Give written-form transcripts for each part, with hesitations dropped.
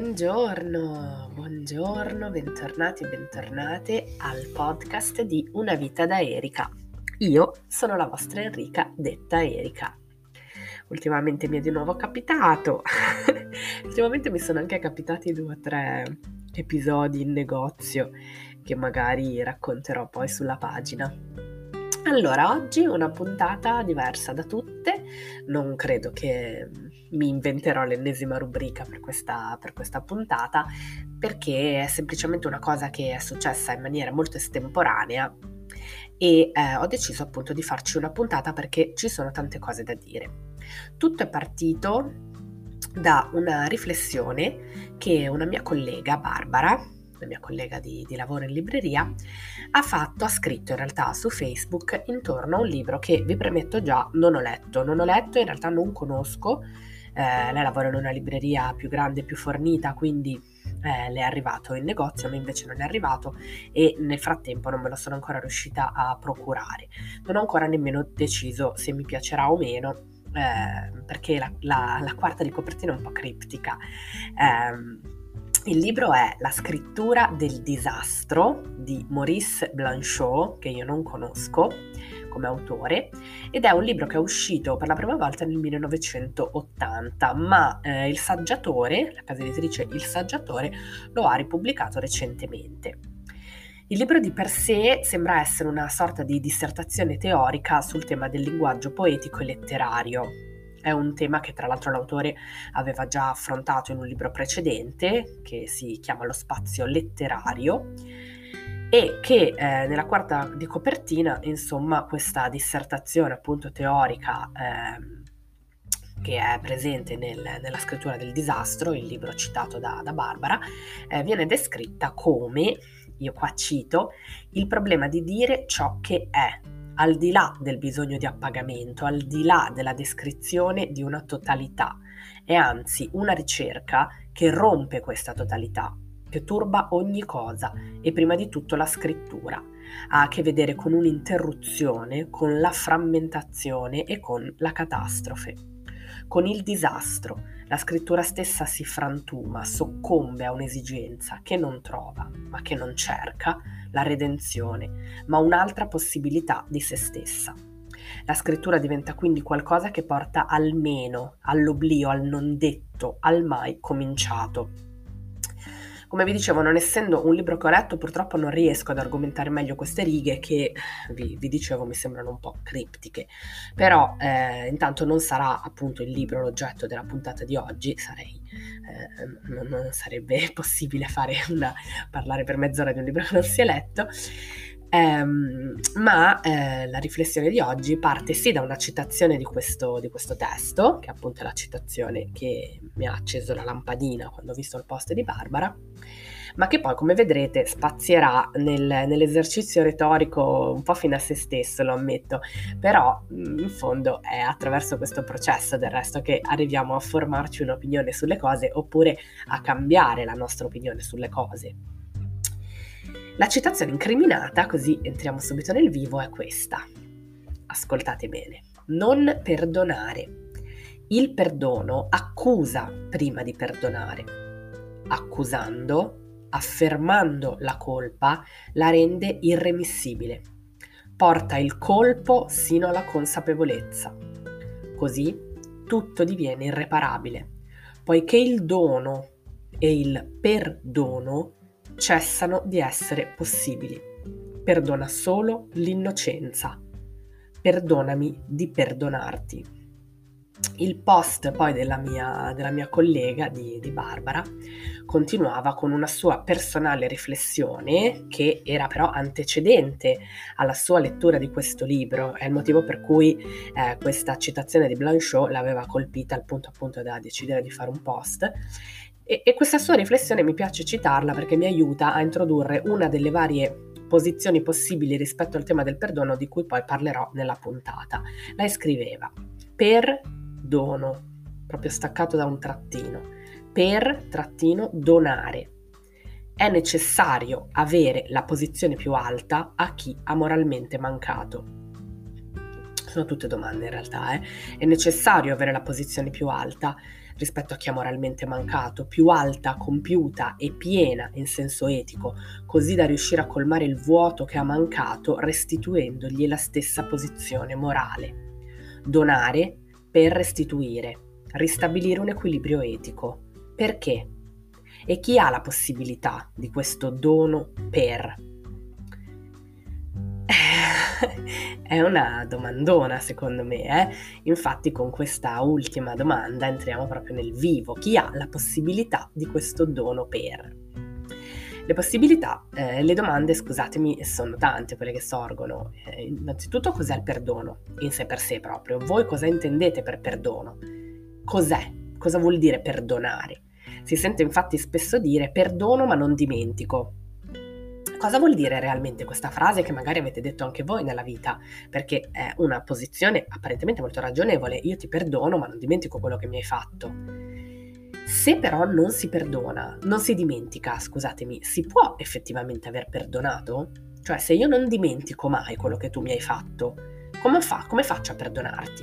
Buongiorno, bentornati e bentornate al podcast di Una vita da Erika. Io sono la vostra Enrica, detta Erika. Ultimamente mi è di nuovo capitato, ultimamente mi sono anche capitati 2 o 3 episodi in negozio che magari racconterò poi sulla pagina. Allora, oggi una puntata diversa da tutte, non credo che mi inventerò l'ennesima rubrica per questa puntata, perché è semplicemente una cosa che è successa in maniera molto estemporanea e ho deciso appunto di farci una puntata perché ci sono tante cose da dire. Tutto è partito da una riflessione che una mia collega, Barbara, la mia collega di lavoro in libreria, ha scritto in realtà su Facebook intorno a un libro che, vi premetto già, non ho letto, in realtà non conosco. Lei lavora in una libreria più grande, più fornita, quindi le è arrivato in negozio, a me invece non è arrivato e nel frattempo non me lo sono ancora riuscita a procurare. Non ho ancora nemmeno deciso se mi piacerà o meno, perché la quarta di copertina è un po' criptica. Il libro è La scrittura del disastro di Maurice Blanchot, che io non conosco come autore, ed è un libro che è uscito per la prima volta nel 1980, ma il Saggiatore, la casa editrice Il Saggiatore, lo ha ripubblicato recentemente. Il libro di per sé sembra essere una sorta di dissertazione teorica sul tema del linguaggio poetico e letterario. È un tema che tra l'altro l'autore aveva già affrontato in un libro precedente che si chiama Lo spazio letterario e che nella quarta di copertina, insomma, questa dissertazione appunto teorica che è presente nella scrittura del disastro, il libro citato da Barbara, viene descritta come, io qua cito, il problema di dire ciò che è, al di là del bisogno di appagamento, al di là della descrizione di una totalità, è anzi una ricerca che rompe questa totalità, che turba ogni cosa e prima di tutto la scrittura. Ha a che vedere con un'interruzione, con la frammentazione e con la catastrofe. Con il disastro, la scrittura stessa si frantuma, soccombe a un'esigenza che non trova, ma che non cerca, la redenzione, ma un'altra possibilità di se stessa. La scrittura diventa quindi qualcosa che porta al meno, all'oblio, al non detto, al mai cominciato. Come vi dicevo, non essendo un libro che ho letto, purtroppo non riesco ad argomentare meglio queste righe che, vi dicevo, mi sembrano un po' criptiche. Però intanto non sarà appunto il libro l'oggetto della puntata di oggi, non sarebbe possibile parlare per mezz'ora di un libro che non si è letto. Ma la riflessione di oggi parte sì da una citazione di questo testo, che appunto è la citazione che mi ha acceso la lampadina quando ho visto il post di Barbara, ma che poi, come vedrete, spazierà nell'esercizio retorico un po' fino a se stesso, lo ammetto, però in fondo è attraverso questo processo del resto che arriviamo a formarci un'opinione sulle cose oppure a cambiare la nostra opinione sulle cose. La citazione incriminata, così entriamo subito nel vivo, è questa. Ascoltate bene. Non perdonare. Il perdono accusa prima di perdonare. Accusando, affermando la colpa, la rende irremissibile. Porta il colpo sino alla consapevolezza. Così tutto diviene irreparabile, poiché il dono e il perdono cessano di essere possibili. Perdona solo l'innocenza. Perdonami di perdonarti. Il post poi della mia collega di Barbara continuava con una sua personale riflessione che era però antecedente alla sua lettura di questo libro. È il motivo per cui questa citazione di Blanchot l'aveva colpita al punto appunto da decidere di fare un post. E questa sua riflessione mi piace citarla perché mi aiuta a introdurre una delle varie posizioni possibili rispetto al tema del perdono di cui poi parlerò nella puntata. Lei scriveva: perdono, proprio staccato da un trattino, donare. È necessario avere la posizione più alta a chi ha moralmente mancato. Sono tutte domande in realtà, È necessario avere la posizione più alta. rispetto a chi ha moralmente mancato, più alta, compiuta e piena in senso etico, così da riuscire a colmare il vuoto che ha mancato restituendogli la stessa posizione morale. Donare per restituire, ristabilire un equilibrio etico. Perché? E chi ha la possibilità di questo dono per? È una domandona secondo me, Infatti con questa ultima domanda entriamo proprio nel vivo. Chi ha la possibilità di questo dono per? Le possibilità, le domande, scusatemi, sono tante quelle che sorgono. Innanzitutto cos'è il perdono? In sé per sé proprio. Voi cosa intendete per perdono? Cos'è? Cosa vuol dire perdonare? Si sente infatti spesso dire perdono ma non dimentico. Cosa vuol dire realmente questa frase che magari avete detto anche voi nella vita? Perché è una posizione apparentemente molto ragionevole. Io ti perdono ma non dimentico quello che mi hai fatto. Se però non si perdona, non si dimentica, scusatemi, si può effettivamente aver perdonato? Cioè se io non dimentico mai quello che tu mi hai fatto, come faccio a perdonarti?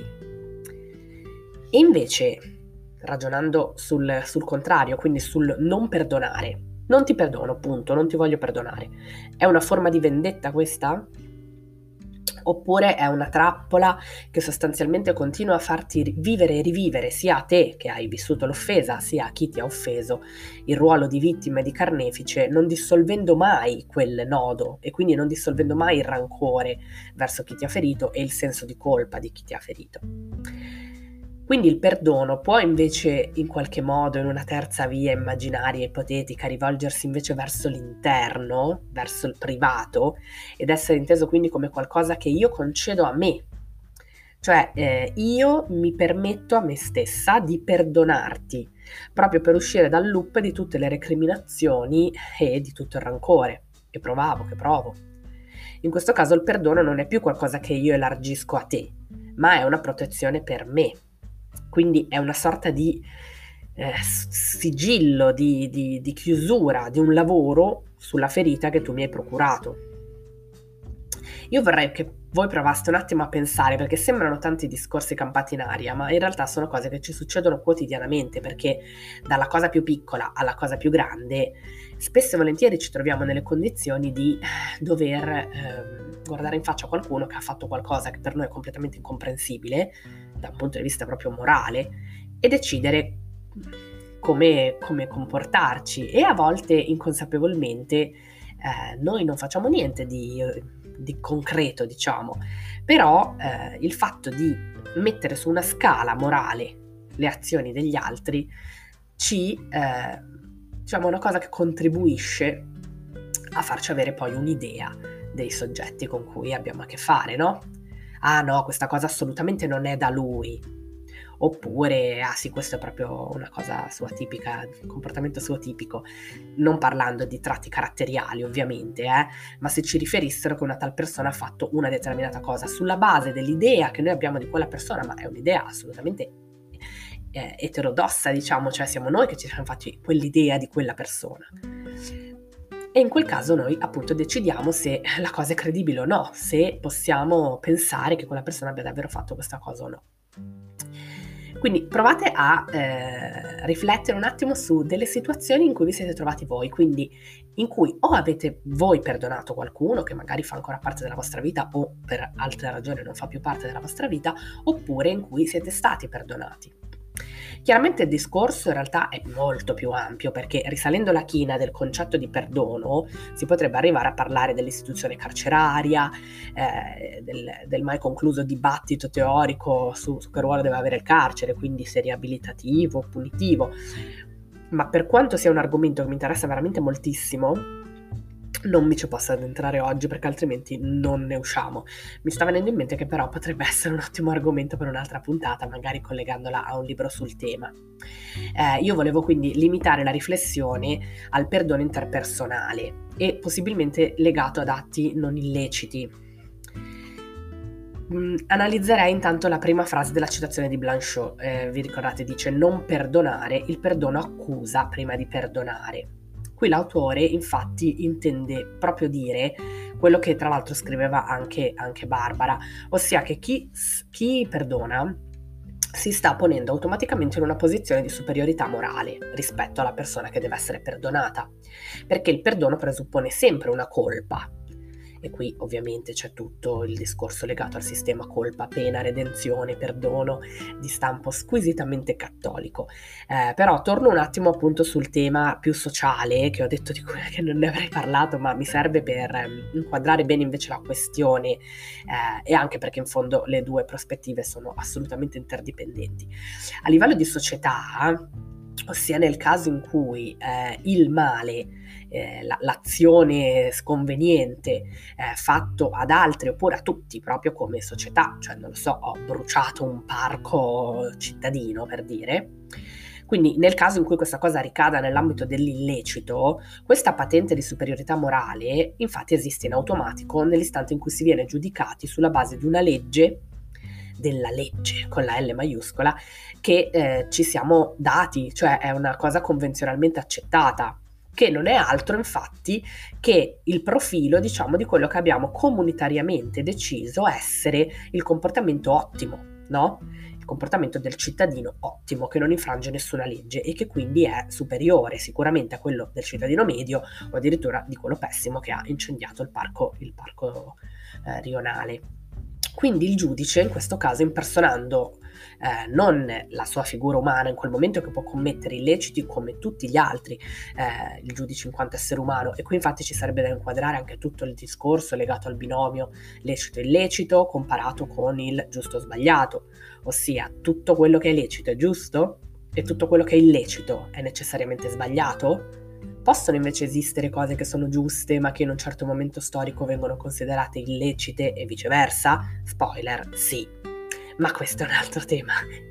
E invece, ragionando sul contrario, quindi sul non perdonare, non ti perdono, punto, non ti voglio perdonare. È una forma di vendetta questa? Oppure è una trappola che sostanzialmente continua a farti vivere e rivivere sia a te che hai vissuto l'offesa, sia a chi ti ha offeso, il ruolo di vittima e di carnefice, non dissolvendo mai quel nodo e quindi non dissolvendo mai il rancore verso chi ti ha ferito e il senso di colpa di chi ti ha ferito. Quindi il perdono può invece in qualche modo, in una terza via immaginaria e ipotetica, rivolgersi invece verso l'interno, verso il privato, ed essere inteso quindi come qualcosa che io concedo a me. Cioè io mi permetto a me stessa di perdonarti, proprio per uscire dal loop di tutte le recriminazioni e di tutto il rancore che provo. In questo caso il perdono non è più qualcosa che io elargisco a te, ma è una protezione per me. Quindi è una sorta di sigillo, di chiusura, di un lavoro sulla ferita che tu mi hai procurato. Io vorrei che voi provaste un attimo a pensare, perché sembrano tanti discorsi campati in aria, ma in realtà sono cose che ci succedono quotidianamente, perché dalla cosa più piccola alla cosa più grande, spesso e volentieri ci troviamo nelle condizioni di dover guardare in faccia qualcuno che ha fatto qualcosa che per noi è completamente incomprensibile, da un punto di vista proprio morale, e decidere come comportarci. E a volte inconsapevolmente noi non facciamo niente di concreto, diciamo, però il fatto di mettere su una scala morale le azioni degli altri diciamo, è una cosa che contribuisce a farci avere poi un'idea dei soggetti con cui abbiamo a che fare, no? Ah no, questa cosa assolutamente non è da lui. Oppure, ah sì, questo è proprio una cosa sua tipica, un comportamento suo tipico, non parlando di tratti caratteriali ovviamente, ma se ci riferissero che una tal persona ha fatto una determinata cosa sulla base dell'idea che noi abbiamo di quella persona, ma è un'idea assolutamente eterodossa, diciamo, cioè siamo noi che ci siamo fatti quell'idea di quella persona. E in quel caso noi appunto decidiamo se la cosa è credibile o no, se possiamo pensare che quella persona abbia davvero fatto questa cosa o no. Quindi provate a riflettere un attimo su delle situazioni in cui vi siete trovati voi, quindi in cui o avete voi perdonato qualcuno che magari fa ancora parte della vostra vita o per altre ragioni non fa più parte della vostra vita, oppure in cui siete stati perdonati. Chiaramente il discorso in realtà è molto più ampio, perché risalendo la china del concetto di perdono si potrebbe arrivare a parlare dell'istituzione carceraria, del mai concluso dibattito teorico su che ruolo deve avere il carcere, quindi se riabilitativo o punitivo. Ma per quanto sia un argomento che mi interessa veramente moltissimo, non mi ci posso addentrare oggi perché altrimenti non ne usciamo. Mi sta venendo in mente che però potrebbe essere un ottimo argomento per un'altra puntata, magari collegandola a un libro sul tema. Io volevo quindi limitare la riflessione al perdono interpersonale e possibilmente legato ad atti non illeciti. Analizzerei intanto la prima frase della citazione di Blanchot. Vi ricordate, dice non perdonare, il perdono accusa prima di perdonare. Qui l'autore infatti intende proprio dire quello che tra l'altro scriveva anche Barbara, ossia che chi perdona si sta ponendo automaticamente in una posizione di superiorità morale rispetto alla persona che deve essere perdonata, perché il perdono presuppone sempre una colpa. E qui ovviamente c'è tutto il discorso legato al sistema colpa, pena, redenzione, perdono di stampo squisitamente cattolico. Però torno un attimo appunto sul tema più sociale, che ho detto di cui che non ne avrei parlato, ma mi serve per inquadrare bene invece la questione, e anche perché in fondo le due prospettive sono assolutamente interdipendenti. A livello di società, ossia nel caso in cui il male, l'azione sconveniente fatto ad altri oppure a tutti proprio come società, cioè non lo so, ho bruciato un parco cittadino per dire, quindi nel caso in cui questa cosa ricada nell'ambito dell'illecito, questa patente di superiorità morale infatti esiste in automatico nell'istante in cui si viene giudicati sulla base di una legge, della legge con la L maiuscola, che ci siamo dati, cioè è una cosa convenzionalmente accettata, che non è altro infatti che il profilo, diciamo, di quello che abbiamo comunitariamente deciso essere il comportamento ottimo, no? Il comportamento del cittadino ottimo, che non infrange nessuna legge e che quindi è superiore sicuramente a quello del cittadino medio o addirittura di quello pessimo che ha incendiato il parco rionale. Quindi il giudice, in questo caso, impersonando non la sua figura umana in quel momento, che può commettere illeciti come tutti gli altri, il giudice in quanto essere umano, e qui infatti ci sarebbe da inquadrare anche tutto il discorso legato al binomio lecito e illecito comparato con il giusto o sbagliato, ossia tutto quello che è lecito è giusto e tutto quello che è illecito è necessariamente sbagliato? Possono invece esistere cose che sono giuste ma che in un certo momento storico vengono considerate illecite e viceversa? Spoiler, sì. Ma questo è un altro tema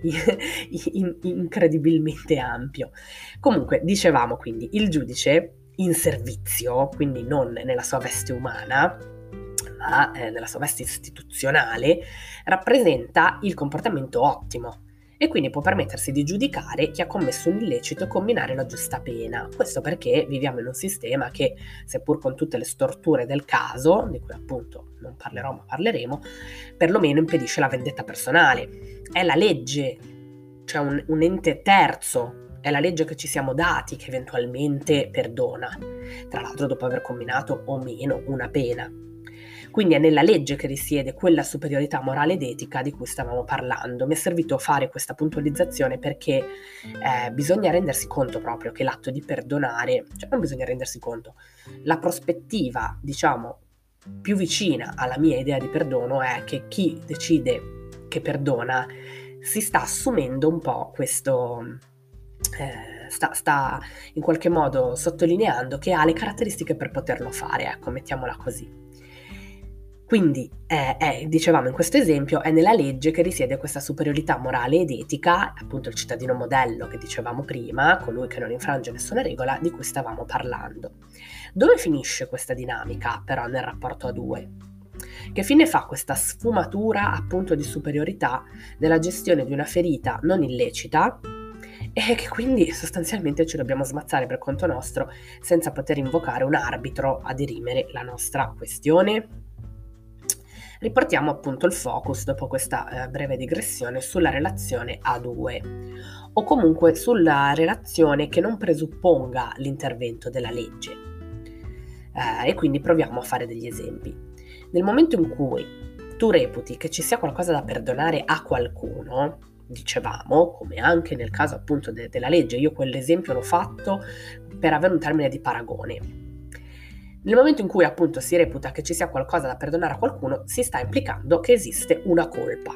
incredibilmente ampio. Comunque, dicevamo quindi, il giudice in servizio, quindi non nella sua veste umana, ma nella sua veste istituzionale, rappresenta il comportamento ottimo. E quindi può permettersi di giudicare chi ha commesso un illecito e combinare la giusta pena. Questo perché viviamo in un sistema che, seppur con tutte le storture del caso, di cui appunto non parlerò ma parleremo, perlomeno impedisce la vendetta personale. È la legge, cioè un ente terzo, è la legge che ci siamo dati che eventualmente perdona, tra l'altro dopo aver combinato o meno una pena. Quindi è nella legge che risiede quella superiorità morale ed etica di cui stavamo parlando. Mi è servito fare questa puntualizzazione perché bisogna rendersi conto proprio che l'atto di perdonare, cioè non bisogna rendersi conto, la prospettiva, diciamo, più vicina alla mia idea di perdono è che chi decide che perdona si sta assumendo un po' questo, sta in qualche modo sottolineando che ha le caratteristiche per poterlo fare, ecco, mettiamola così. Quindi, dicevamo in questo esempio, è nella legge che risiede questa superiorità morale ed etica, appunto il cittadino modello che dicevamo prima, colui che non infrange nessuna regola, di cui stavamo parlando. Dove finisce questa dinamica, però, nel rapporto a due? Che fine fa questa sfumatura, appunto, di superiorità nella gestione di una ferita non illecita e che quindi sostanzialmente ci dobbiamo smazzare per conto nostro senza poter invocare un arbitro a dirimere la nostra questione? Riportiamo appunto il focus, dopo questa breve digressione, sulla relazione a due, o comunque sulla relazione che non presupponga l'intervento della legge. E quindi proviamo a fare degli esempi. Nel momento in cui tu reputi che ci sia qualcosa da perdonare a qualcuno, dicevamo, come anche nel caso appunto della legge, io quell'esempio l'ho fatto per avere un termine di paragone. Nel momento in cui appunto si reputa che ci sia qualcosa da perdonare a qualcuno, si sta implicando che esiste una colpa.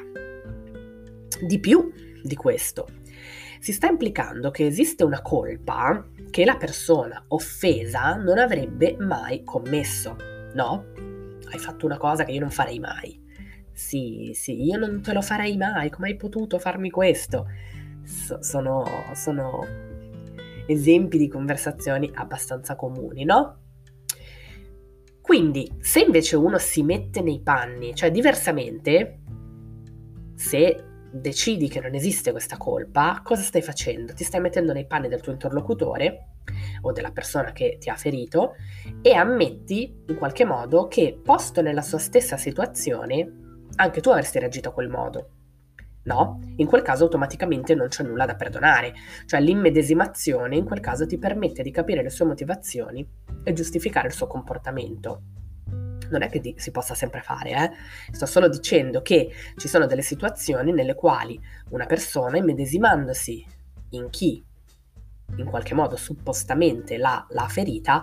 Di più di questo, si sta implicando che esiste una colpa che la persona offesa non avrebbe mai commesso, no? Hai fatto una cosa che io non farei mai. Sì, io non te lo farei mai, come hai potuto farmi questo? Sono esempi di conversazioni abbastanza comuni, no? Quindi, se invece uno si mette nei panni, cioè diversamente, se decidi che non esiste questa colpa, cosa stai facendo? Ti stai mettendo nei panni del tuo interlocutore o della persona che ti ha ferito e ammetti in qualche modo che, posto nella sua stessa situazione, anche tu avresti reagito a quel modo. no? In quel caso automaticamente non c'è nulla da perdonare, cioè l'immedesimazione in quel caso ti permette di capire le sue motivazioni e giustificare il suo comportamento. Non è che si possa sempre fare, sto solo dicendo che ci sono delle situazioni nelle quali una persona, immedesimandosi in chi in qualche modo suppostamente l'ha ferita,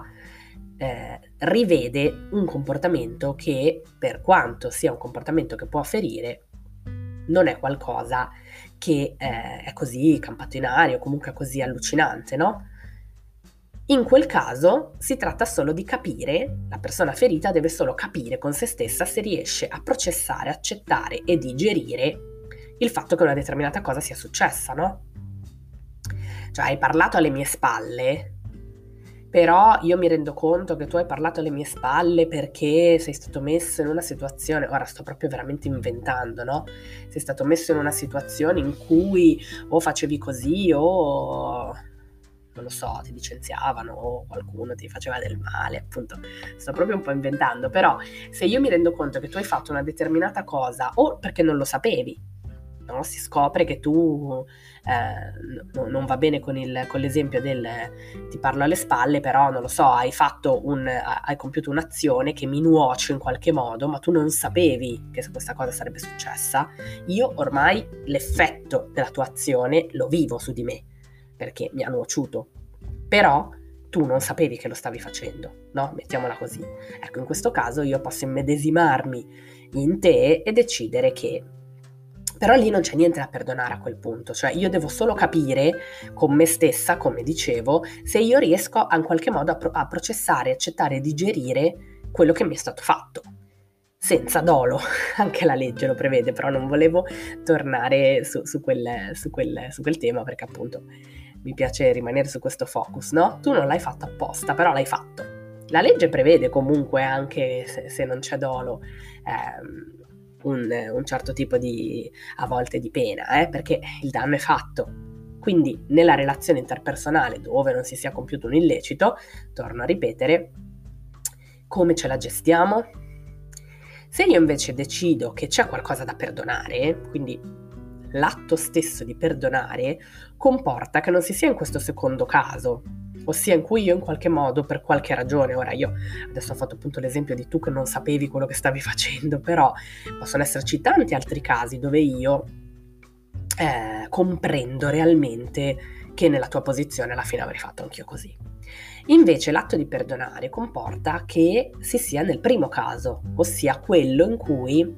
rivede un comportamento che, per quanto sia un comportamento che può ferire, non è qualcosa che è così campato in aria o comunque così allucinante, no? In quel caso si tratta solo di capire, la persona ferita deve solo capire con se stessa se riesce a processare, accettare e digerire il fatto che una determinata cosa sia successa, no? Cioè, hai parlato alle mie spalle, però io mi rendo conto che tu hai parlato alle mie spalle perché sei stato messo in una situazione, ora sto proprio veramente inventando, no? Sei stato messo in una situazione in cui o facevi così o, non lo so, ti licenziavano o qualcuno ti faceva del male, appunto, sto proprio un po' inventando, però se io mi rendo conto che tu hai fatto una determinata cosa o perché non lo sapevi, no? Si scopre che tu non va bene con l'esempio del ti parlo alle spalle, però non lo so, hai compiuto un'azione che mi nuoce in qualche modo, ma tu non sapevi che questa cosa sarebbe successa. Io ormai l'effetto della tua azione lo vivo su di me, perché mi ha nuociuto, però tu non sapevi che lo stavi facendo, no? Mettiamola così. Ecco, in questo caso io posso immedesimarmi in te e decidere che però lì non c'è niente da perdonare a quel punto, cioè io devo solo capire con me stessa, come dicevo, se io riesco in qualche modo a processare, accettare e digerire quello che mi è stato fatto, senza dolo. Anche la legge lo prevede, però non volevo tornare su quel tema perché appunto mi piace rimanere su questo focus, no? Tu non l'hai fatto apposta, però l'hai fatto. La legge prevede comunque, anche se non c'è dolo, un certo tipo a volte di pena, perché il danno è fatto. Quindi nella relazione interpersonale dove non si sia compiuto un illecito, torno a ripetere, come ce la gestiamo? Se io invece decido che c'è qualcosa da perdonare, quindi l'atto stesso di perdonare comporta che non si sia in questo secondo caso, ossia in cui io in qualche modo, per qualche ragione, ora io adesso ho fatto appunto l'esempio di tu che non sapevi quello che stavi facendo, però possono esserci tanti altri casi dove io comprendo realmente che nella tua posizione alla fine avrei fatto anch'io così. Invece l'atto di perdonare comporta che si sia nel primo caso, ossia quello in cui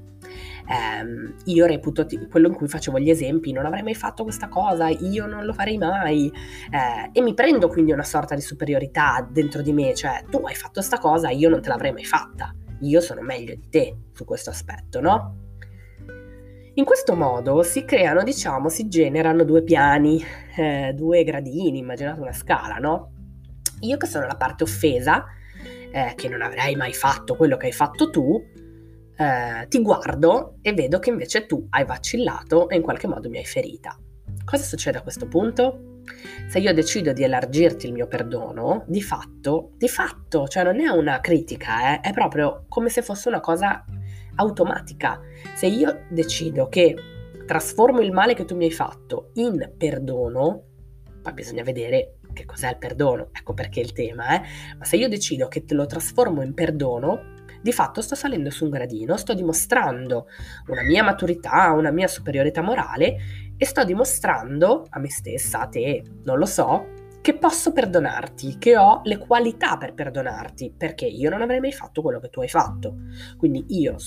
io reputo, quello in cui facevo gli esempi, non avrei mai fatto questa cosa, io non lo farei mai, e mi prendo quindi una sorta di superiorità dentro di me, cioè tu hai fatto sta cosa, io non te l'avrei mai fatta, io sono meglio di te su questo aspetto, no? In questo modo si generano due piani, due gradini, immaginate una scala, no? Io che sono la parte offesa, che non avrei mai fatto quello che hai fatto tu, ti guardo e vedo che invece tu hai vacillato e in qualche modo mi hai ferita. Cosa succede a questo punto? Se io decido di elargirti il mio perdono, di fatto, cioè non è una critica, è proprio come se fosse una cosa automatica. Se io decido che trasformo il male che tu mi hai fatto in perdono, poi bisogna vedere che cos'è il perdono, ecco perché il tema, ma se io decido che te lo trasformo in perdono, di fatto sto salendo su un gradino, sto dimostrando una mia maturità, una mia superiorità morale e sto dimostrando a me stessa, a te, non lo so, che posso perdonarti, che ho le qualità per perdonarti, perché io non avrei mai fatto quello che tu hai fatto. Quindi io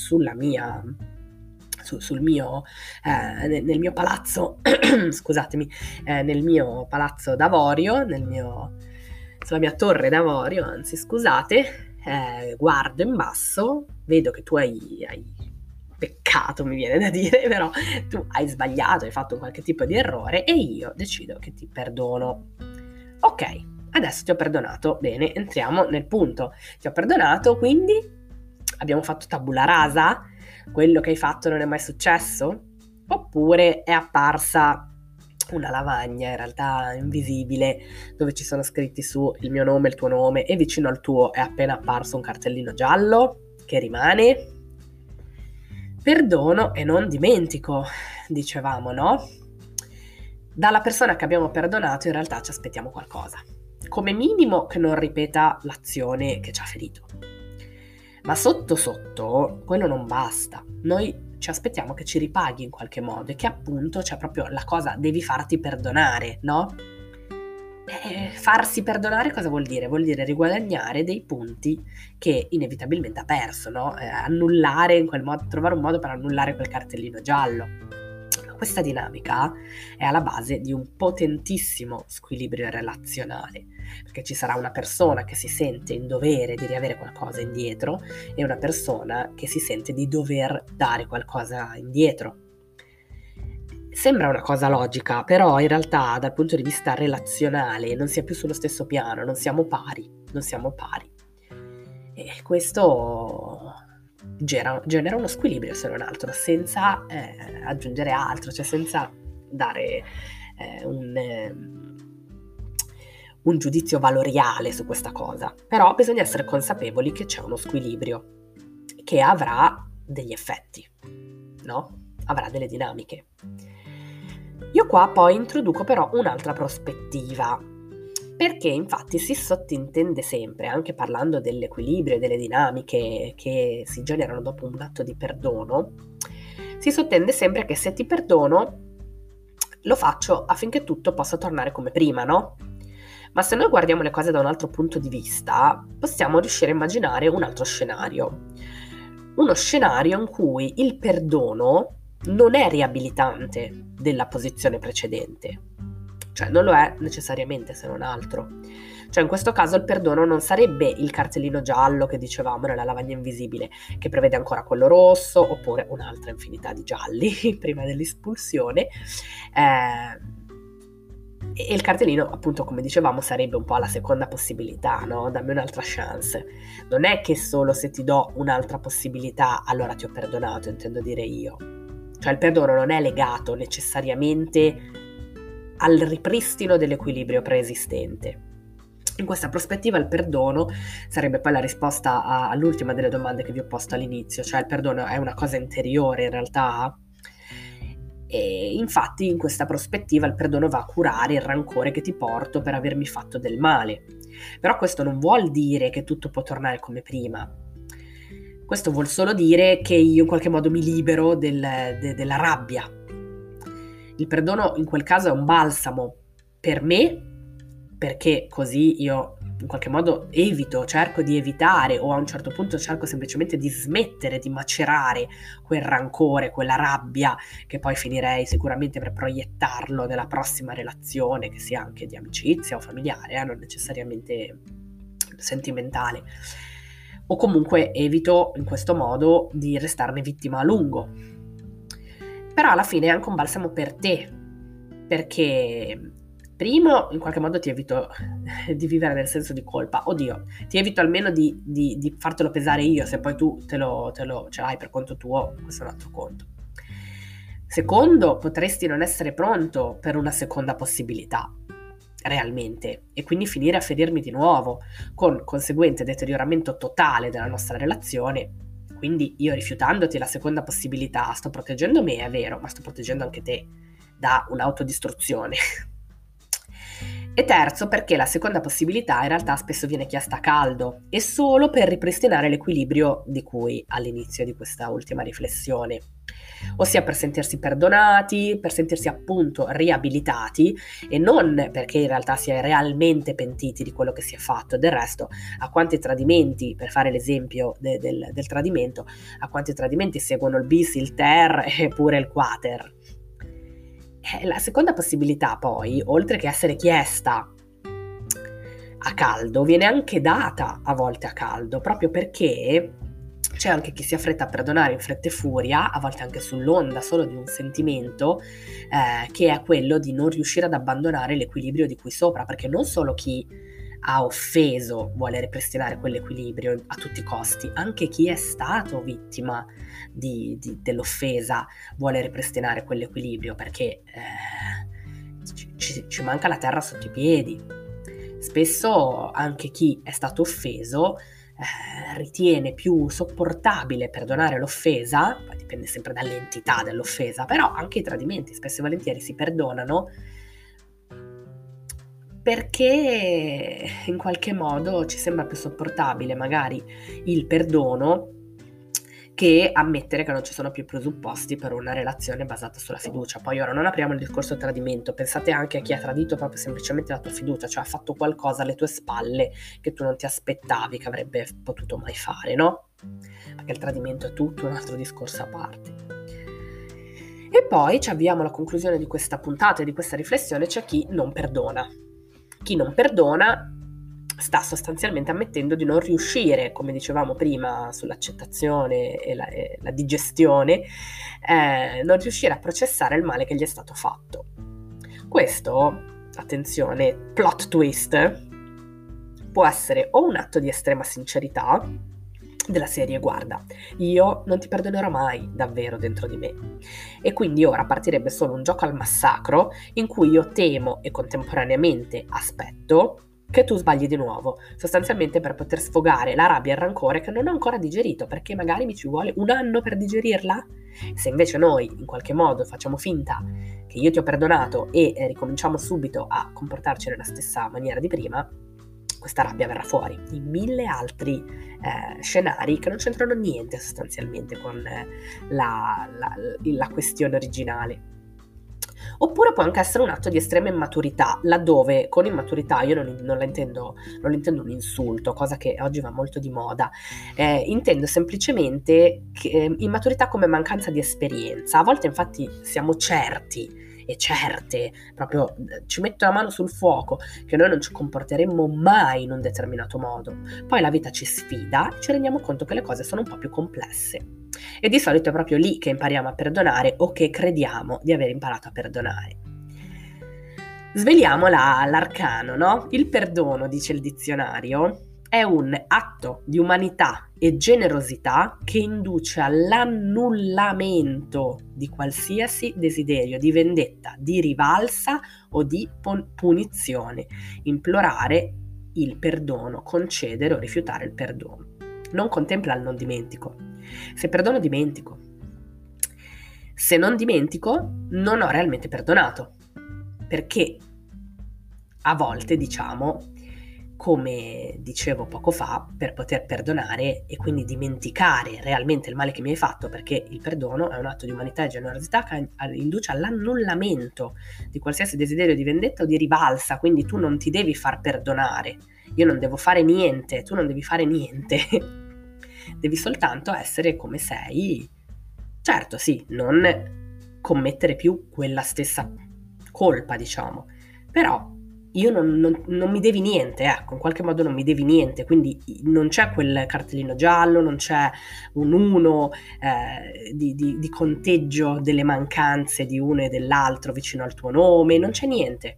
nel mio palazzo, scusatemi, nel mio palazzo d'avorio, sulla mia torre d'avorio, anzi scusate, guardo in basso, vedo che tu hai peccato, mi viene da dire, però tu hai sbagliato, hai fatto qualche tipo di errore e io decido che ti perdono. Ok, adesso ti ho perdonato, bene, entriamo nel punto. Ti ho perdonato, quindi abbiamo fatto tabula rasa? Quello che hai fatto non è mai successo? Oppure è apparsa una lavagna in realtà invisibile dove ci sono scritti su il mio nome, il tuo nome e vicino al tuo è appena apparso un cartellino giallo che rimane? Perdono e non dimentico, dicevamo, no? Dalla persona che abbiamo perdonato in realtà ci aspettiamo qualcosa. Come minimo che non ripeta l'azione che ci ha ferito. Ma sotto sotto quello non basta. Noi ci aspettiamo che ci ripaghi in qualche modo e che appunto c'è proprio la cosa, devi farti perdonare, no? Farsi perdonare cosa vuol dire? Vuol dire riguadagnare dei punti che inevitabilmente ha perso, no? Annullare in quel modo, trovare un modo per annullare quel cartellino giallo. Questa dinamica è alla base di un potentissimo squilibrio relazionale, perché ci sarà una persona che si sente in dovere di riavere qualcosa indietro e una persona che si sente di dover dare qualcosa indietro. Sembra una cosa logica, però in realtà dal punto di vista relazionale non si è più sullo stesso piano, non siamo pari. E questo genera uno squilibrio se non altro, senza aggiungere altro, cioè senza dare un giudizio valoriale su questa cosa. Però bisogna essere consapevoli che c'è uno squilibrio che avrà degli effetti, no? Avrà delle dinamiche. Io qua poi introduco però un'altra prospettiva, perché infatti si sottintende sempre, anche parlando dell'equilibrio e delle dinamiche che si generano dopo un atto di perdono, si sottende sempre che se ti perdono lo faccio affinché tutto possa tornare come prima, no? Ma se noi guardiamo le cose da un altro punto di vista, possiamo riuscire a immaginare un altro scenario. Uno scenario in cui il perdono non è riabilitante della posizione precedente, cioè non lo è necessariamente se non altro. Cioè in questo caso il perdono non sarebbe il cartellino giallo che dicevamo nella lavagna invisibile, che prevede ancora quello rosso oppure un'altra infinità di gialli prima dell'espulsione, e il cartellino appunto, come dicevamo, sarebbe un po' la seconda possibilità, no? Dammi un'altra chance. Non è che solo se ti do un'altra possibilità allora ti ho perdonato, intendo dire io. Cioè il perdono non è legato necessariamente al ripristino dell'equilibrio preesistente. In questa prospettiva il perdono sarebbe poi la risposta all'ultima delle domande che vi ho posto all'inizio, cioè il perdono è una cosa interiore in realtà? E infatti in questa prospettiva il perdono va a curare il rancore che ti porto per avermi fatto del male. Però questo non vuol dire che tutto può tornare come prima. Questo vuol solo dire che io in qualche modo mi libero della rabbia. Il perdono in quel caso è un balsamo per me, perché così io in qualche modo cerco di evitare, o a un certo punto cerco semplicemente di smettere di macerare quel rancore, quella rabbia, che poi finirei sicuramente per proiettarlo nella prossima relazione, che sia anche di amicizia o familiare, non necessariamente sentimentale. O comunque evito in questo modo di restarne vittima a lungo. Però alla fine è anche un balsamo per te, perché primo in qualche modo ti evito di vivere nel senso di colpa. Oddio, ti evito almeno di fartelo pesare io, se poi tu ce l'hai per conto tuo, questo è un altro conto. Secondo, potresti non essere pronto per una seconda possibilità, realmente, e quindi finire a ferirmi di nuovo, con conseguente deterioramento totale della nostra relazione. Quindi io, rifiutandoti la seconda possibilità, sto proteggendo me, è vero, ma sto proteggendo anche te da un'autodistruzione. E terzo, perché la seconda possibilità in realtà spesso viene chiesta a caldo e solo per ripristinare l'equilibrio di cui all'inizio di questa ultima riflessione, ossia per sentirsi perdonati, per sentirsi appunto riabilitati, e non perché in realtà si è realmente pentiti di quello che si è fatto. Del resto, a quanti tradimenti, per fare l'esempio del tradimento, a quanti tradimenti seguono il bis, il ter e pure il quater. La seconda possibilità poi, oltre che essere chiesta a caldo, viene anche data a volte a caldo, proprio perché c'è anche chi si affretta a perdonare in fretta e furia, a volte anche sull'onda solo di un sentimento, che è quello di non riuscire ad abbandonare l'equilibrio di qui sopra, perché non solo chi ha offeso vuole ripristinare quell'equilibrio a tutti i costi, anche chi è stato vittima dell'offesa vuole ripristinare quell'equilibrio, perché ci manca la terra sotto i piedi. Spesso anche chi è stato offeso ritiene più sopportabile perdonare l'offesa, poi dipende sempre dall'entità dell'offesa, però anche i tradimenti spesso e volentieri si perdonano perché in qualche modo ci sembra più sopportabile magari il perdono che ammettere che non ci sono più presupposti per una relazione basata sulla fiducia. Poi ora non apriamo il discorso tradimento, pensate anche a chi ha tradito proprio semplicemente la tua fiducia, cioè ha fatto qualcosa alle tue spalle che tu non ti aspettavi che avrebbe potuto mai fare, no? Perché il tradimento è tutto un altro discorso a parte. E poi ci avviamo alla conclusione di questa puntata e di questa riflessione. C'è chi non perdona. Chi non perdona sta sostanzialmente ammettendo di non riuscire, come dicevamo prima sull'accettazione e la digestione, non riuscire a processare il male che gli è stato fatto. Questo, attenzione, plot twist, può essere o un atto di estrema sincerità, della serie guarda, io non ti perdonerò mai davvero dentro di me, e quindi ora partirebbe solo un gioco al massacro in cui io temo e contemporaneamente aspetto che tu sbagli di nuovo, sostanzialmente per poter sfogare la rabbia e il rancore che non ho ancora digerito, perché magari mi ci vuole un anno per digerirla. Se invece noi in qualche modo facciamo finta che io ti ho perdonato e ricominciamo subito a comportarci nella stessa maniera di prima, questa rabbia verrà fuori in 1000 altri scenari che non c'entrano niente sostanzialmente con la questione originale. Oppure può anche essere un atto di estrema immaturità, laddove con immaturità io non la intendo un insulto, cosa che oggi va molto di moda, intendo semplicemente immaturità come mancanza di esperienza. A volte infatti siamo certi e certe, proprio ci metto la mano sul fuoco, che noi non ci comporteremmo mai in un determinato modo. Poi la vita ci sfida e ci rendiamo conto che le cose sono un po' più complesse. E di solito è proprio lì che impariamo a perdonare o che crediamo di aver imparato a perdonare. Sveliamo l'arcano, no? Il perdono, dice il dizionario, è un atto di umanità e generosità che induce all'annullamento di qualsiasi desiderio di vendetta, di rivalsa o di punizione. Implorare il perdono, concedere o rifiutare il perdono. Non contempla il non dimentico. Se perdono, dimentico. Se non dimentico, non ho realmente perdonato. Perché a volte, diciamo, come dicevo poco fa, per poter perdonare e quindi dimenticare realmente il male che mi hai fatto, perché il perdono è un atto di umanità e generosità che induce all'annullamento di qualsiasi desiderio di vendetta o di rivalsa, quindi tu non ti devi far perdonare, io non devo fare niente, tu non devi fare niente, devi soltanto essere come sei, certo sì, non commettere più quella stessa colpa, diciamo, però io non mi devi niente, ecco, in qualche modo non mi devi niente, quindi non c'è quel cartellino giallo, non c'è un 1 di conteggio delle mancanze di uno e dell'altro vicino al tuo nome, non c'è niente.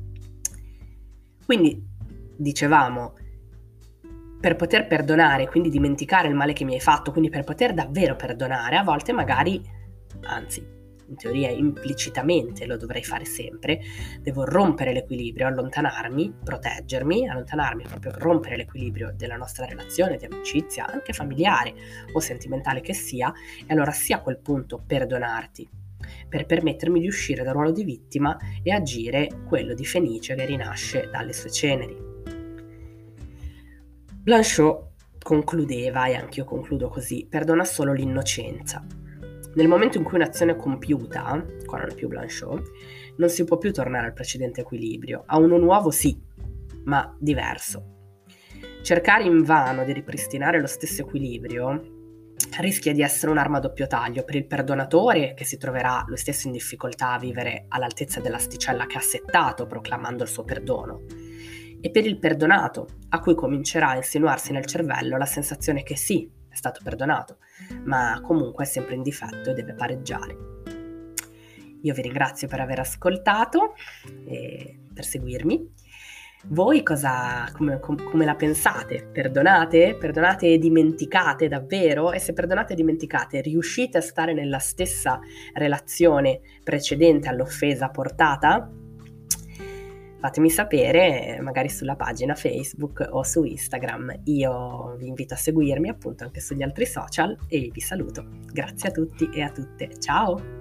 Quindi, dicevamo, per poter perdonare, quindi dimenticare il male che mi hai fatto, quindi per poter davvero perdonare, a volte magari, anzi, in teoria implicitamente lo dovrei fare sempre, devo rompere l'equilibrio, allontanarmi, proteggermi, allontanarmi, proprio rompere l'equilibrio della nostra relazione di amicizia, anche familiare o sentimentale che sia, e allora sì a quel punto perdonarti, per permettermi di uscire dal ruolo di vittima e agire quello di Fenice che rinasce dalle sue ceneri. Blanchot concludeva, e anch'io concludo così, perdona solo l'innocenza. Nel momento in cui un'azione è compiuta, qua non è più Blanchot, non si può più tornare al precedente equilibrio. A uno nuovo sì, ma diverso. Cercare invano di ripristinare lo stesso equilibrio rischia di essere un'arma a doppio taglio per il perdonatore, che si troverà lo stesso in difficoltà a vivere all'altezza dell'asticella che ha settato proclamando il suo perdono, e per il perdonato, a cui comincerà a insinuarsi nel cervello la sensazione che sì, è stato perdonato, ma comunque è sempre in difetto e deve pareggiare. Io vi ringrazio per aver ascoltato e per seguirmi. Voi come la pensate? Perdonate? Perdonate e dimenticate davvero? E se perdonate e dimenticate, riuscite a stare nella stessa relazione precedente all'offesa portata? fatemi sapere magari sulla pagina Facebook o su Instagram. Io vi invito a seguirmi appunto anche sugli altri social e vi saluto. Grazie a tutti e a tutte. Ciao!